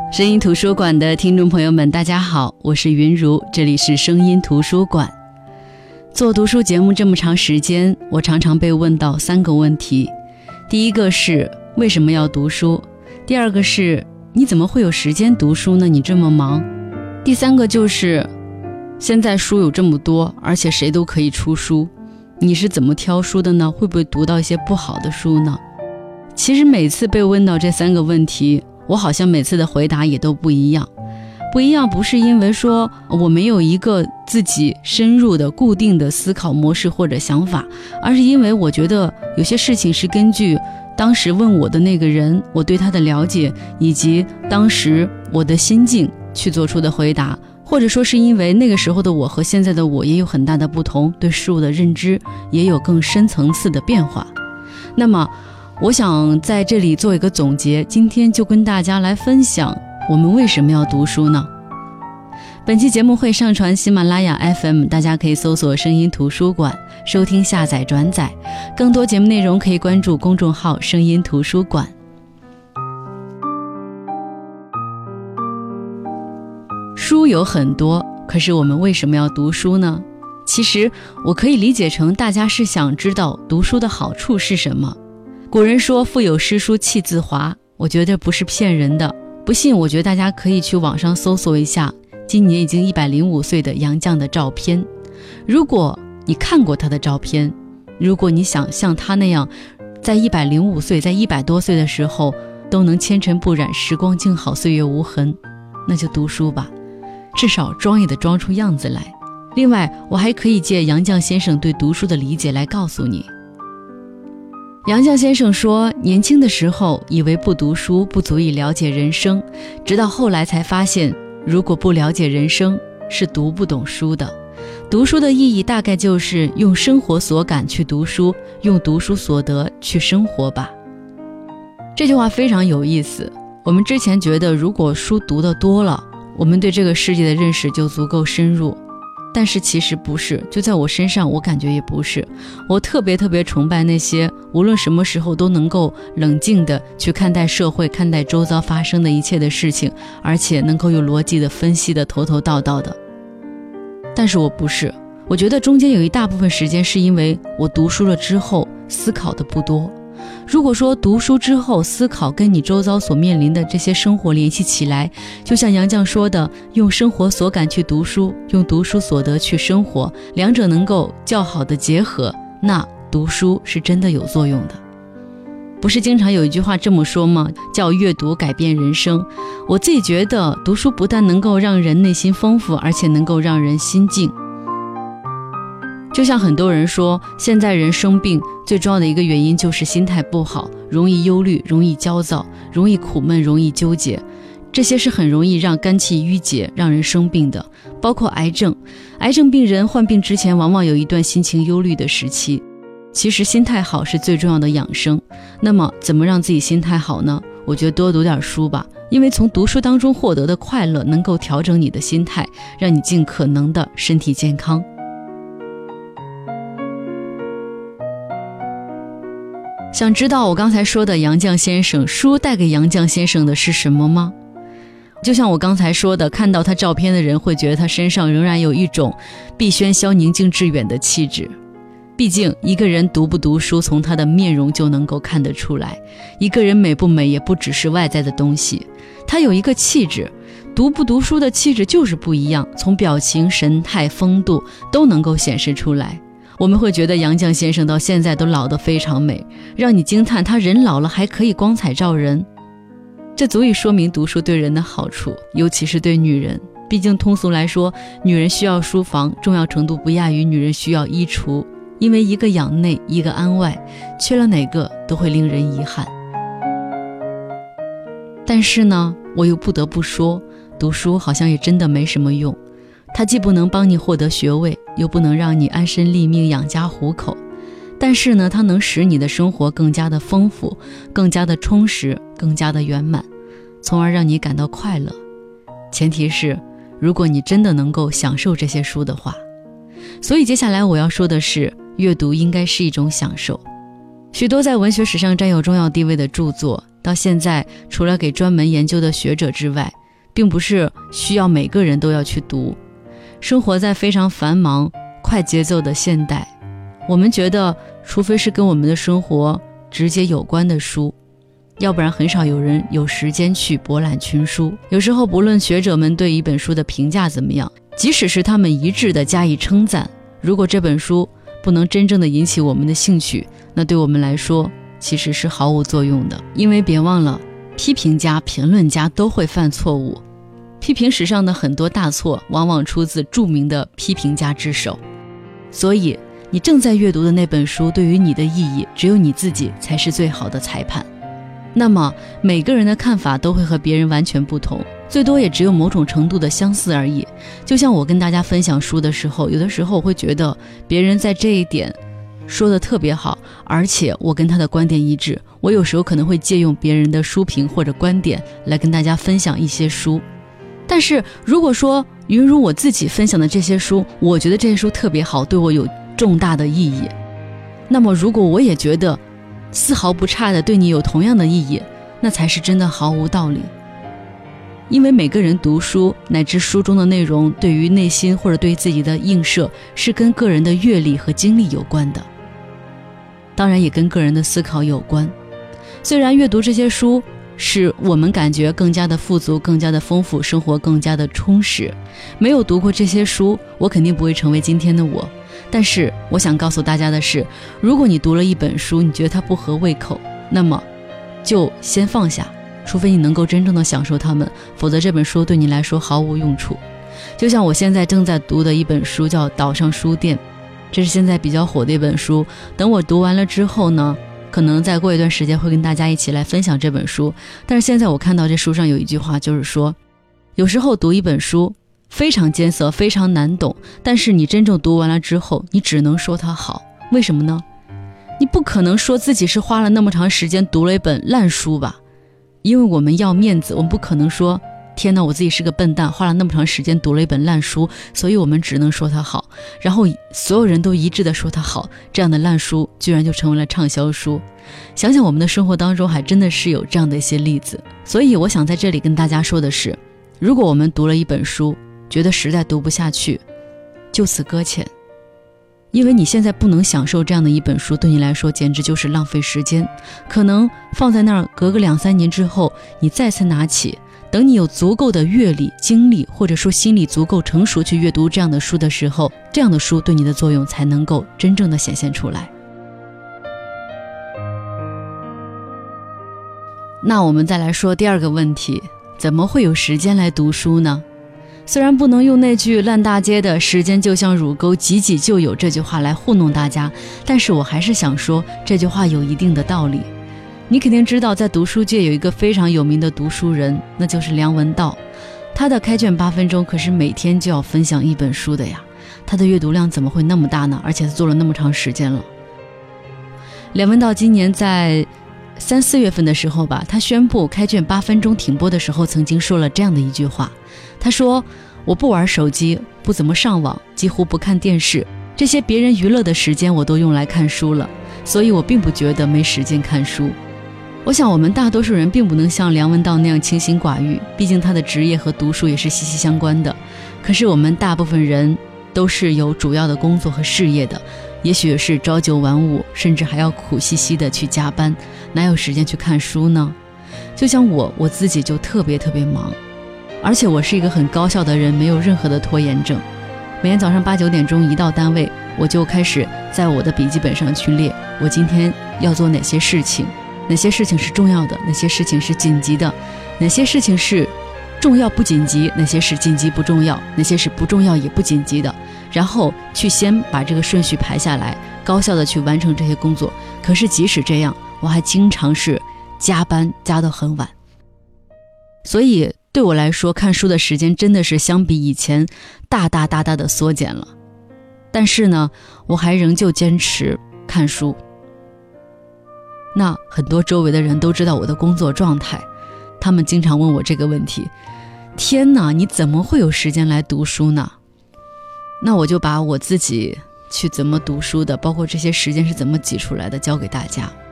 声音图书馆的听众朋友们，大家好，我是云如，这里是声音图书馆。做读书节目这么长时间，我常常被问到3个问题。第一个是为什么要读书？第二个是你怎么会有时间读书呢？你这么忙。第三个就是现在书有这么多，而且谁都可以出书，你是怎么挑书的呢？会不会读到一些不好的书呢？其实每次被问到这3个问题，我好像每次的回答也都不一样。不一样不是因为说我没有一个自己深入的固定的思考模式或者想法，而是因为我觉得有些事情是根据当时问我的那个人，我对他的了解以及当时我的心境去做出的回答，或者说是因为那个时候的我和现在的我也有很大的不同，对事物的认知也有更深层次的变化。那么我想在这里做一个总结，今天就跟大家来分享我们为什么要读书呢？本期节目会上传喜马拉雅 FM， 大家可以搜索声音图书馆收听下载转载，更多节目内容可以关注公众号声音图书馆。书有很多，可是我们为什么要读书呢？其实我可以理解成大家是想知道读书的好处是什么。古人说腹有诗书气自华，我觉得不是骗人的。不信我觉得大家可以去网上搜索一下今年已经105岁的杨绛的照片。如果你看过他的照片，如果你想像他那样在105岁在100多岁的时候都能纤尘不染，时光静好，岁月无痕，那就读书吧，至少装也得装出样子来。另外我还可以借杨绛先生对读书的理解来告诉你。杨绛先生说，年轻的时候以为不读书不足以了解人生，直到后来才发现，如果不了解人生是读不懂书的。读书的意义大概就是用生活所感去读书，用读书所得去生活吧。这句话非常有意思。我们之前觉得如果书读得多了，我们对这个世界的认识就足够深入，但是其实不是，就在我身上我感觉也不是。我特别崇拜那些无论什么时候都能够冷静地去看待社会，看待周遭发生的一切的事情，而且能够有逻辑的分析的头头道道的。但是我不是，我觉得中间有一大部分时间是因为我读书了之后思考的不多。如果说读书之后思考跟你周遭所面临的这些生活联系起来，就像杨绛说的，用生活所感去读书，用读书所得去生活，两者能够较好的结合，那读书是真的有作用的。不是经常有一句话这么说吗？叫阅读改变人生。我自己觉得读书不但能够让人内心丰富，而且能够让人心静。就像很多人说，现在人生病最重要的一个原因就是心态不好，容易忧虑，容易焦躁，容易苦闷，容易纠结，这些是很容易让肝气郁结，让人生病的。包括癌症，癌症病人患病之前往往有一段心情忧虑的时期。其实心态好是最重要的养生。那么怎么让自己心态好呢？我觉得多读点书吧，因为从读书当中获得的快乐能够调整你的心态，让你尽可能的身体健康。想知道我刚才说的杨绛先生，书带给杨绛先生的是什么吗？就像我刚才说的，看到他照片的人会觉得他身上仍然有一种碧轩霄宁静致远的气质。毕竟一个人读不读书，从他的面容就能够看得出来。一个人美不美也不只是外在的东西，他有一个气质，读不读书的气质就是不一样，从表情、神态、风度都能够显示出来。我们会觉得杨绛先生到现在都老得非常美，让你惊叹他人老了还可以光彩照人。这足以说明读书对人的好处，尤其是对女人。毕竟通俗来说，女人需要书房，重要程度不亚于女人需要衣橱，因为一个养内，一个安外，缺了哪个都会令人遗憾。但是呢，我又不得不说，读书好像也真的没什么用。它既不能帮你获得学位，又不能让你安身立命养家糊口，但是呢，它能使你的生活更加的丰富，更加的充实，更加的圆满，从而让你感到快乐。前提是如果你真的能够享受这些书的话。所以接下来我要说的是，阅读应该是一种享受。 许多在文学史上占有重要地位的著作，到现在除了给专门研究的学者之外，并不是需要每个人都要去读。生活在非常繁忙、快节奏的现代，我们觉得除非是跟我们的生活直接有关的书，要不然很少有人有时间去博览群书。有时候不论学者们对一本书的评价怎么样，即使是他们一致的加以称赞，如果这本书不能真正的引起我们的兴趣，那对我们来说其实是毫无作用的。因为别忘了，批评家、评论家都会犯错误，批评史上的很多大错往往出自著名的批评家之手。所以你正在阅读的那本书对于你的意义，只有你自己才是最好的裁判。那么每个人的看法都会和别人完全不同，最多也只有某种程度的相似而已。就像我跟大家分享书的时候，有的时候我会觉得别人在这一点说的特别好，而且我跟他的观点一致，我有时候可能会借用别人的书评或者观点来跟大家分享一些书。但是如果说云如我自己分享的这些书，我觉得这些书特别好，对我有重大的意义，那么如果我也觉得丝毫不差的对你有同样的意义，那才是真的毫无道理。因为每个人读书乃至书中的内容对于内心或者对自己的映射，是跟个人的阅历和经历有关的，当然也跟个人的思考有关。虽然阅读这些书使我们感觉更加的富足，更加的丰富，生活更加的充实，没有读过这些书，我肯定不会成为今天的我。但是我想告诉大家的是，如果你读了一本书，你觉得它不合胃口，那么就先放下，除非你能够真正的享受它们，否则这本书对你来说毫无用处。就像我现在正在读的一本书叫《岛上书店》，这是现在比较火的一本书。等我读完了之后呢，可能再过一段时间会跟大家一起来分享这本书。但是现在我看到这书上有一句话，就是说有时候读一本书非常艰涩，非常难懂，但是你真正读完了之后，你只能说它好。为什么呢？你不可能说自己是花了那么长时间读了一本烂书吧，因为我们要面子，我们不可能说天哪，我自己是个笨蛋，花了那么长时间读了一本烂书，所以我们只能说它好，然后所有人都一致的说它好，这样的烂书居然就成为了畅销书。想想我们的生活当中还真的是有这样的一些例子。所以我想在这里跟大家说的是，如果我们读了一本书觉得实在读不下去，就此搁浅。因为你现在不能享受这样的一本书，对你来说简直就是浪费时间。可能放在那儿隔个2-3年之后，你再次拿起，等你有足够的阅历、经历，或者说心理足够成熟去阅读这样的书的时候，这样的书对你的作用才能够真正的显现出来。那我们再来说第二个问题，怎么会有时间来读书呢？虽然不能用那句烂大街的时间就像乳沟挤挤就有这句话来糊弄大家，但是我还是想说这句话有一定的道理。你肯定知道，在读书界有一个非常有名的读书人，那就是梁文道。他的开卷8分钟可是每天就要分享一本书的呀，他的阅读量怎么会那么大呢？而且他做了那么长时间了。梁文道今年在3-4月份的时候吧，他宣布开卷8分钟停播的时候，曾经说了这样的一句话。他说，我不玩手机，不怎么上网，几乎不看电视，这些别人娱乐的时间我都用来看书了，所以我并不觉得没时间看书。我想我们大多数人并不能像梁文道那样清心寡欲，毕竟他的职业和读书也是息息相关的。可是我们大部分人都是有主要的工作和事业的，也许是朝九晚五，甚至还要苦兮兮的去加班，哪有时间去看书呢？就像我自己就特别忙，而且我是一个很高效的人，没有任何的拖延症。每天早上8-9点钟一到单位，我就开始在我的笔记本上去列我今天要做哪些事情，哪些事情是重要的，哪些事情是紧急的，哪些事情是重要不紧急，哪些是紧急不重要，哪些是不重要也不紧急的，然后去先把这个顺序排下来，高效的去完成这些工作。可是即使这样，我还经常是加班加到很晚。所以对我来说，看书的时间真的是相比以前大的缩减了。但是呢，我还仍旧坚持看书。那很多周围的人都知道我的工作状态，他们经常问我这个问题，天哪，你怎么会有时间来读书呢？那我就把我自己去怎么读书的，包括这些时间是怎么挤出来的，教给大家。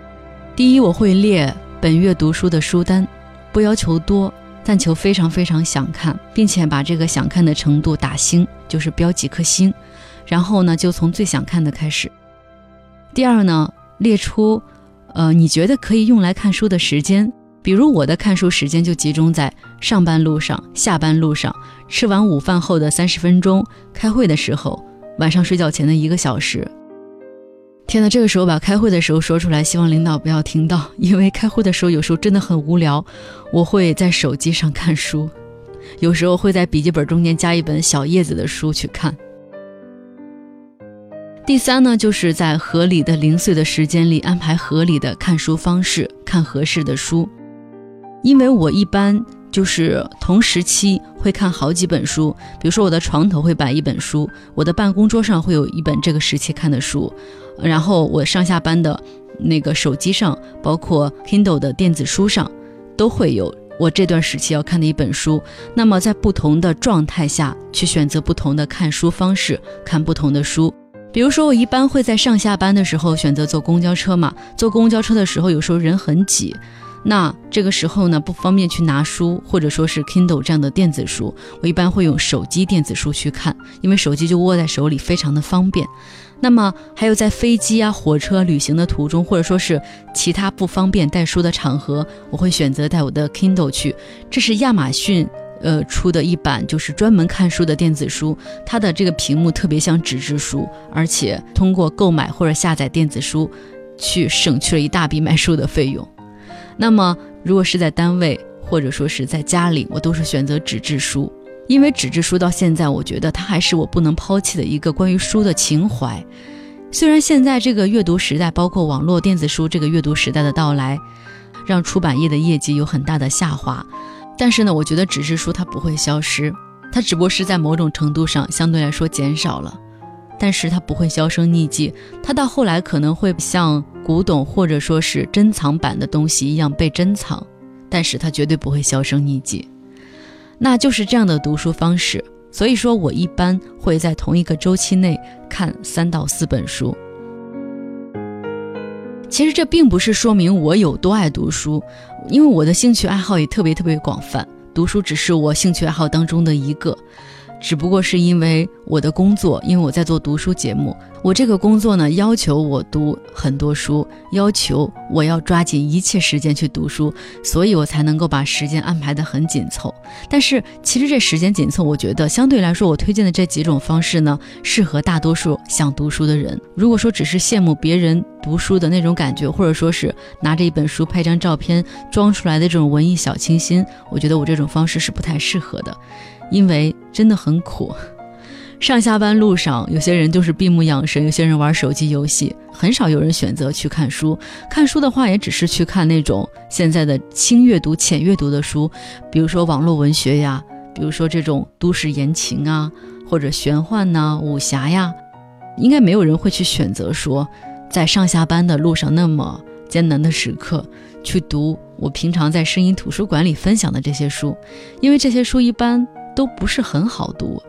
第一，我会列本月读书的书单，不要求多，但求非常非常想看，并且把这个想看的程度打星，就是标几颗星，然后呢就从最想看的开始。第二呢，列出你觉得可以用来看书的时间，比如我的看书时间就集中在上班路上、下班路上、吃完午饭后的30分钟、开会的时候、晚上睡觉前的1个小时。天哪，这个时候把开会的时候说出来，希望领导不要听到，因为开会的时候有时候真的很无聊，我会在手机上看书，有时候会在笔记本中间加一本小叶子的书去看。第三呢，就是在合理的零碎的时间里安排合理的看书方式，看合适的书。因为我一般就是同时期会看好几本书，比如说我的床头会摆一本书，我的办公桌上会有一本这个时期看的书，然后我上下班的那个手机上，包括 Kindle 的电子书上，都会有我这段时期要看的一本书。那么在不同的状态下去选择不同的看书方式，看不同的书。比如说我一般会在上下班的时候选择坐公交车嘛，坐公交车的时候有时候人很挤，那这个时候呢不方便去拿书，或者说是 Kindle 这样的电子书，我一般会用手机电子书去看，因为手机就握在手里非常的方便。那么还有在飞机啊、火车旅行的途中，或者说是其他不方便带书的场合，我会选择带我的 Kindle 去。这是亚马逊出的一版就是专门看书的电子书，它的这个屏幕特别像纸质书，而且通过购买或者下载电子书去省去了一大笔买书的费用。那么如果是在单位或者说是在家里，我都是选择纸质书，因为纸质书到现在我觉得它还是我不能抛弃的一个关于书的情怀。虽然现在这个阅读时代，包括网络电子书这个阅读时代的到来，让出版业的业绩有很大的下滑，但是呢，我觉得纸质书它不会消失，它只不过是在某种程度上相对来说减少了，但是它不会销声匿迹，它到后来可能会像古董或者说是珍藏版的东西一样被珍藏，但是它绝对不会销声匿迹。那就是这样的读书方式，所以说我一般会在同一个周期内看3到4本书。其实这并不是说明我有多爱读书，因为我的兴趣爱好也特别广泛，读书只是我兴趣爱好当中的一个，只不过是因为我的工作，因为我在做读书节目，我这个工作呢要求我读很多书，要求我要抓紧一切时间去读书，所以我才能够把时间安排得很紧凑。但是其实这时间紧凑，我觉得相对来说我推荐的这几种方式呢，适合大多数想读书的人。如果说只是羡慕别人读书的那种感觉，或者说是拿着一本书拍张照片装出来的这种文艺小清新，我觉得我这种方式是不太适合的，因为真的很苦。上下班路上有些人就是闭目养神，有些人玩手机游戏，很少有人选择去看书。看书的话也只是去看那种现在的轻阅读浅阅读的书，比如说网络文学呀，比如说这种都市言情啊，或者玄幻啊、武侠呀，应该没有人会去选择说在上下班的路上那么艰难的时刻去读我平常在声音图书馆里分享的这些书，因为这些书一般都不是很好读，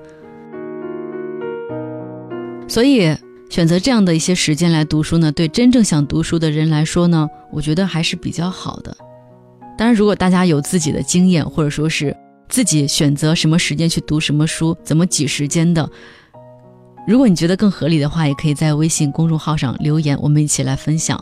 所以选择这样的一些时间来读书呢，对真正想读书的人来说呢，我觉得还是比较好的。当然如果大家有自己的经验，或者说是自己选择什么时间去读什么书，怎么挤时间的，如果你觉得更合理的话，也可以在微信公众号上留言，我们一起来分享。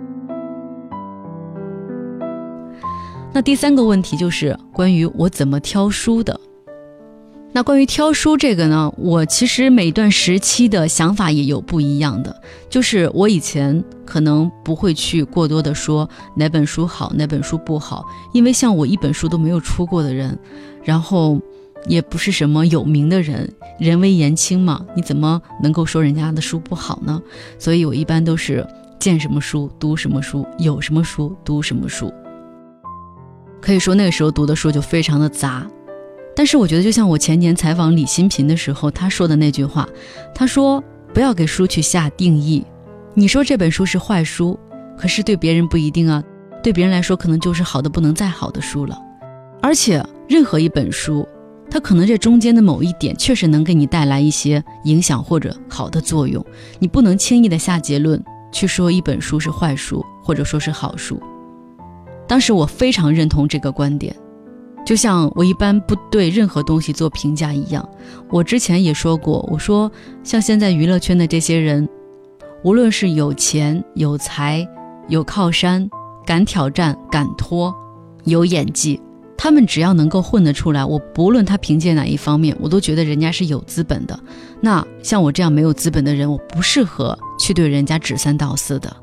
那第3个问题就是关于我怎么挑书的。那关于挑书这个呢，我其实每段时期的想法也有不一样的，就是我以前可能不会去过多的说哪本书好哪本书不好，因为像我一本书都没有出过的人，然后也不是什么有名的人，人微言轻嘛，你怎么能够说人家的书不好呢？所以我一般都是见什么书读什么书，有什么书读什么书，可以说那个时候读的书就非常的杂。但是我觉得就像我前年采访李新平的时候他说的那句话，他说不要给书去下定义，你说这本书是坏书，可是对别人不一定啊，对别人来说可能就是好的不能再好的书了。而且任何一本书，它可能这中间的某一点确实能给你带来一些影响或者好的作用，你不能轻易的下结论去说一本书是坏书， 或者说是好书。当时我非常认同这个观点，就像我一般不对任何东西做评价一样。我之前也说过，我说像现在娱乐圈的这些人，无论是有钱有才有靠山，敢挑战敢拖，有演技，他们只要能够混得出来，我不论他凭借哪一方面，我都觉得人家是有资本的。那像我这样没有资本的人，我不适合去对人家指三道四的。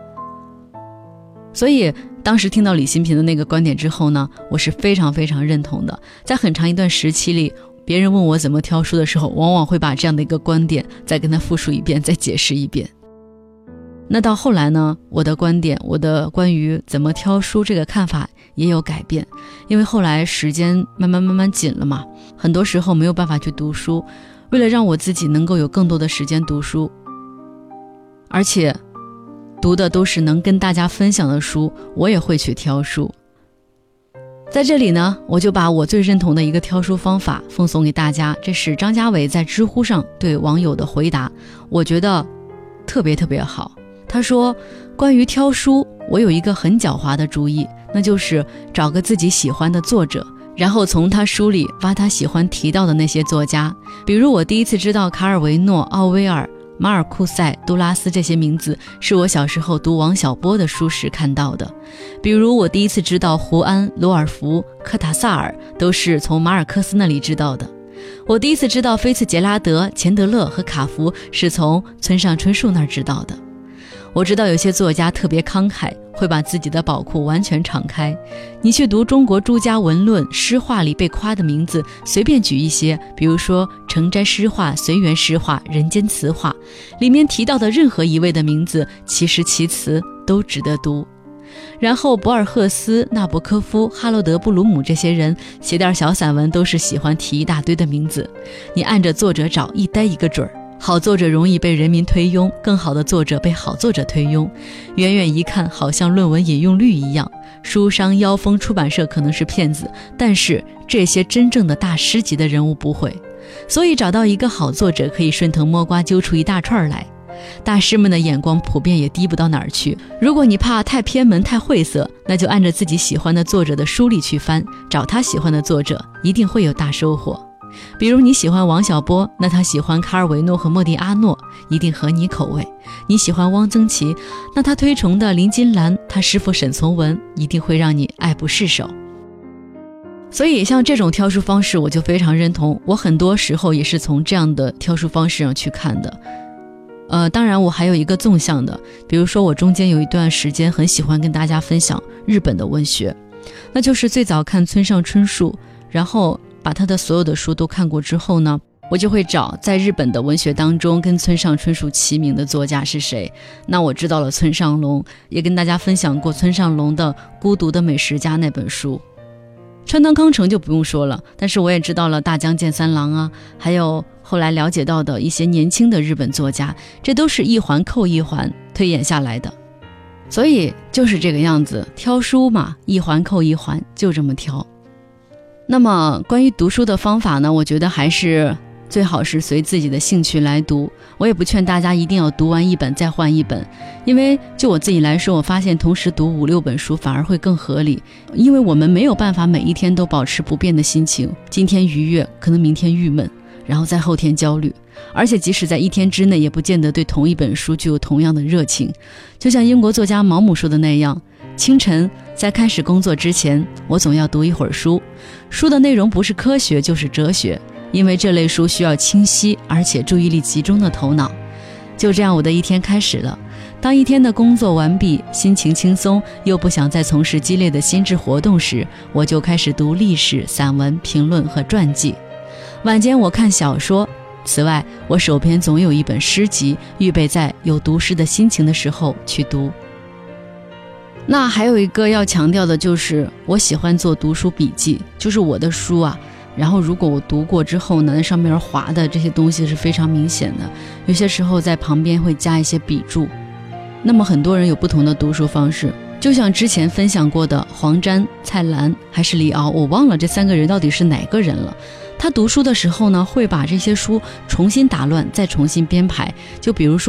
所以当时听到李新平的那个观点之后呢，我是非常非常认同的。在很长一段时期里，别人问我怎么挑书的时候，往往会把这样的一个观点再跟他复述一遍，再解释一遍。那到后来呢，我的观点，我的关于怎么挑书这个看法也有改变。因为后来时间慢慢紧了嘛，很多时候没有办法去读书，为了让我自己能够有更多的时间读书，而且读的都是能跟大家分享的书，我也会去挑书。在这里呢，我就把我最认同的一个挑书方法奉送给大家，这是张家伟在知乎上对网友的回答，我觉得特别好。他说，关于挑书，我有一个很狡猾的主意，那就是找个自己喜欢的作者，然后从他书里挖他喜欢提到的那些作家。比如我第一次知道卡尔维诺、奥威尔、马尔库塞、杜拉斯这些名字，是我小时候读王小波的书时看到的。比如我第一次知道胡安、罗尔福、科塔萨尔，都是从马尔克斯那里知道的。我第一次知道菲茨杰拉德、钱德勒和卡夫，是从村上春树那儿知道的。我知道有些作家特别慷慨，会把自己的宝库完全敞开。你去读中国诸家文论诗话里被夸的名字，随便举一些，比如说诚斋诗话、随园诗话、人间词话，里面提到的任何一位的名字，其实其词都值得读。然后博尔赫斯、纳博科夫、哈罗德·布鲁姆这些人写点小散文都是喜欢提一大堆的名字，你按着作者找，一逮一个准儿。好作者容易被人民推拥，更好的作者被好作者推拥，远远一看好像论文引用率一样。书商、妖风、出版社可能是骗子，但是这些真正的大师级的人物不会。所以找到一个好作者，可以顺藤摸瓜揪出一大串来。大师们的眼光普遍也低不到哪儿去。如果你怕太偏门太晦涩，那就按着自己喜欢的作者的书里去翻，找他喜欢的作者，一定会有大收获。比如你喜欢王小波，那他喜欢卡尔维诺和莫迪阿诺，一定合你口味。你喜欢汪曾祺，那他推崇的林金兰，他师父沈从文，一定会让你爱不释手。所以像这种挑书方式我就非常认同，我很多时候也是从这样的挑书方式上去看的。当然我还有一个纵向的，比如说我中间有一段时间很喜欢跟大家分享日本的文学，那就是最早看村上春树，然后把他的所有的书都看过之后呢，我就会找在日本的文学当中跟村上春树齐名的作家是谁。那我知道了村上龙，也跟大家分享过村上龙的《孤独的美食家》那本书。川端康成就不用说了，但是我也知道了大江健三郎啊，还有后来了解到的一些年轻的日本作家，这都是一环扣一环推演下来的。所以就是这个样子，挑书嘛，一环扣一环，就这么挑。那么关于读书的方法呢，我觉得还是最好是随自己的兴趣来读。我也不劝大家一定要读完一本再换一本，因为就我自己来说，我发现同时读5、6本书反而会更合理。因为我们没有办法每一天都保持不变的心情，今天愉悦，可能明天郁闷，然后再后天焦虑，而且即使在一天之内也不见得对同一本书具有同样的热情。就像英国作家毛姆说的那样，清晨在开始工作之前，我总要读一会儿书，书的内容不是科学就是哲学，因为这类书需要清晰而且注意力集中的头脑。就这样我的一天开始了。当一天的工作完毕，心情轻松，又不想再从事激烈的心智活动时，我就开始读历史、散文、评论和传记。晚间我看小说，此外我手边总有一本诗集，预备在有读诗的心情的时候去读。那还有一个要强调的就是我喜欢做读书笔记，就是我的书啊，然后如果我读过之后呢，那上面划的这些东西是非常明显的，有些时候在旁边会加一些笔注。那么很多人有不同的读书方式，就像之前分享过的黄沾、蔡澜还是李敖，我忘了这3个人到底是哪个人了。他读书的时候呢，会把这些书重新打乱，再重新编排。就比如说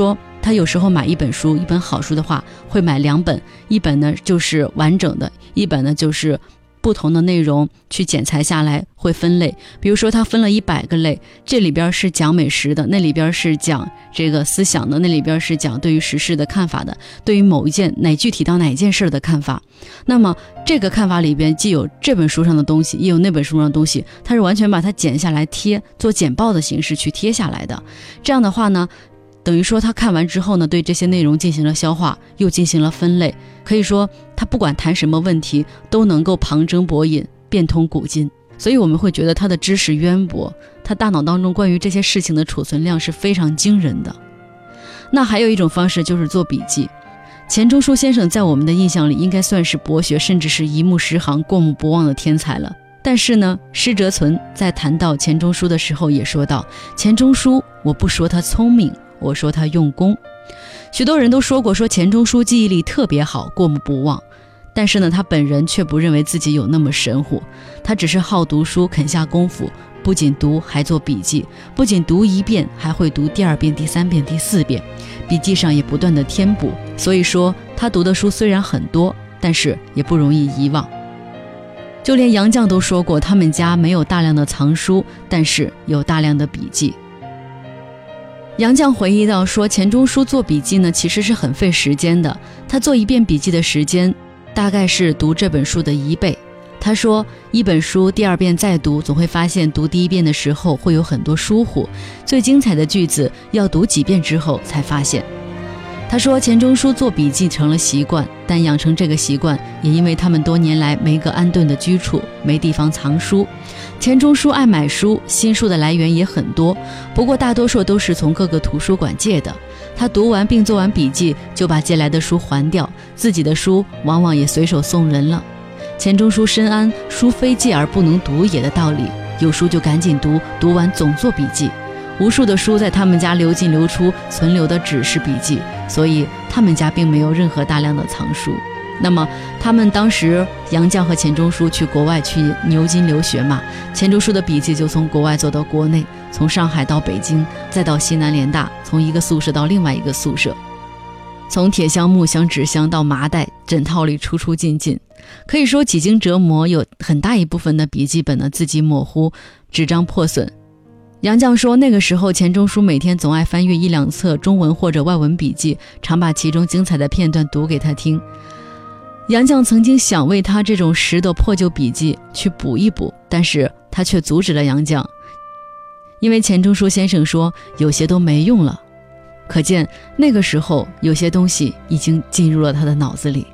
他有时候买一本书，一本好书的话会买2本，一本呢就是完整的，一本呢就是不同的内容去剪裁下来会分类。比如说他分了100个类，这里边是讲美食的，那里边是讲这个思想的，那里边是讲对于时事的看法的，对于某一件具体到哪一件事的看法。那么这个看法里边既有这本书上的东西，也有那本书上的东西，他是完全把它剪下来贴，做简报的形式去贴下来的。这样的话呢，等于说他看完之后呢，对这些内容进行了消化，又进行了分类，可以说他不管谈什么问题都能够旁征博引，变通古今。所以我们会觉得他的知识渊博，他大脑当中关于这些事情的储存量是非常惊人的。那还有一种方式就是做笔记。钱钟书先生在我们的印象里应该算是博学，甚至是一目十行、过目不忘的天才了。但是呢，施哲存在谈到钱钟书的时候也说到，钱钟书我不说他聪明，我说他用功。许多人都说过，说钱钟书记忆力特别好，过目不忘，但是呢，他本人却不认为自己有那么神乎。他只是好读书，肯下功夫，不仅读还做笔记，不仅读1遍还会读第2遍、第3遍、第4遍，笔记上也不断的添补。所以说他读的书虽然很多，但是也不容易遗忘。就连杨绛都说过，他们家没有大量的藏书，但是有大量的笔记。杨绛回忆到说，钱钟书做笔记呢，其实是很费时间的。他做1遍笔记的时间大概是读这本书的1倍。他说1本书第2遍再读，总会发现读第1遍的时候会有很多疏忽，最精彩的句子要读几遍之后才发现。他说钱钟书做笔记成了习惯，但养成这个习惯也因为他们多年来没个安顿的居处，没地方藏书。钱钟书爱买书，新书的来源也很多，不过大多数都是从各个图书馆借的。他读完并做完笔记，就把借来的书还掉，自己的书往往也随手送人了。钱钟书深谙书非借而不能读也的道理，有书就赶紧读，读完总做笔记。无数的书在他们家流进流出，存留的只是笔记，所以他们家并没有任何大量的藏书。那么他们当时杨绛和钱钟书去国外去牛津留学嘛，钱钟书的笔记就从国外做到国内，从上海到北京，再到西南联大，从一个宿舍到另外一个宿舍，从铁箱、木箱、纸箱到麻袋，枕套里出出进进，可以说几经折磨，有很大一部分的笔记本呢字迹模糊，纸张破损。杨绛说，那个时候钱钟书每天总爱翻阅1-2册中文或者外文笔记，常把其中精彩的片段读给他听。杨绛曾经想为他这种拾得破旧笔记去补一补，但是他却阻止了杨绛，因为钱钟书先生说有些都没用了。可见那个时候有些东西已经进入了他的脑子里。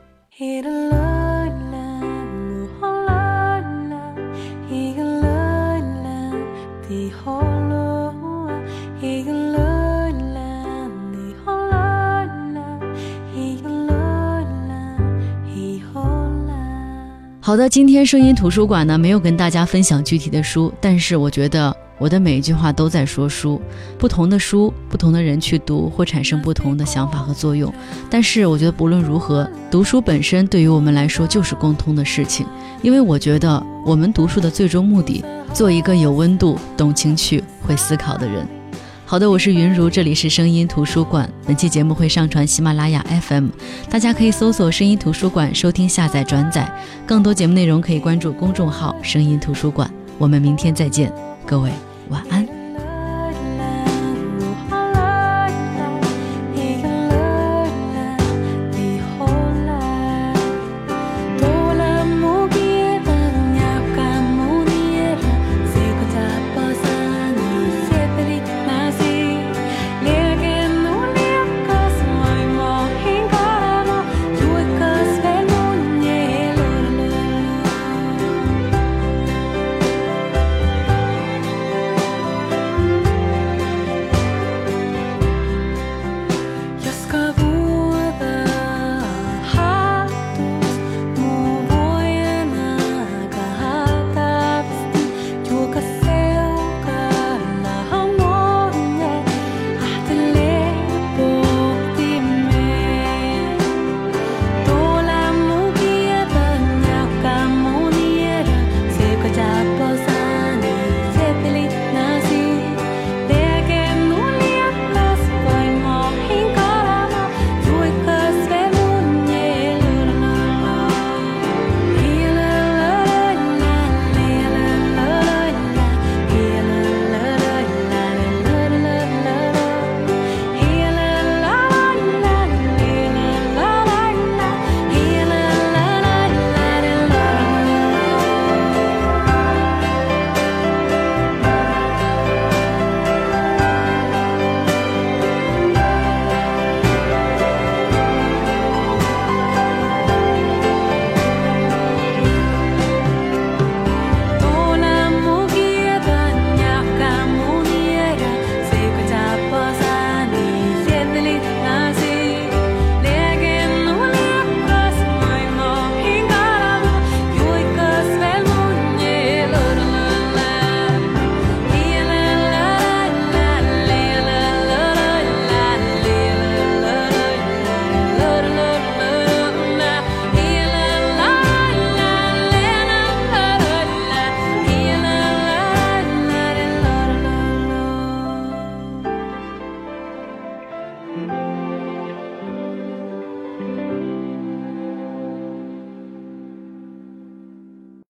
好的，今天声音图书馆呢没有跟大家分享具体的书，但是我觉得我的每一句话都在说书，不同的书，不同的人去读，会产生不同的想法和作用。但是我觉得不论如何，读书本身对于我们来说就是共通的事情，因为我觉得我们读书的最终目的，做一个有温度、懂情趣、会思考的人。好的，我是云如，这里是声音图书馆，本期节目会上传喜马拉雅 FM， 大家可以搜索声音图书馆收听、下载、转载，更多节目内容可以关注公众号声音图书馆。我们明天再见，各位晚安。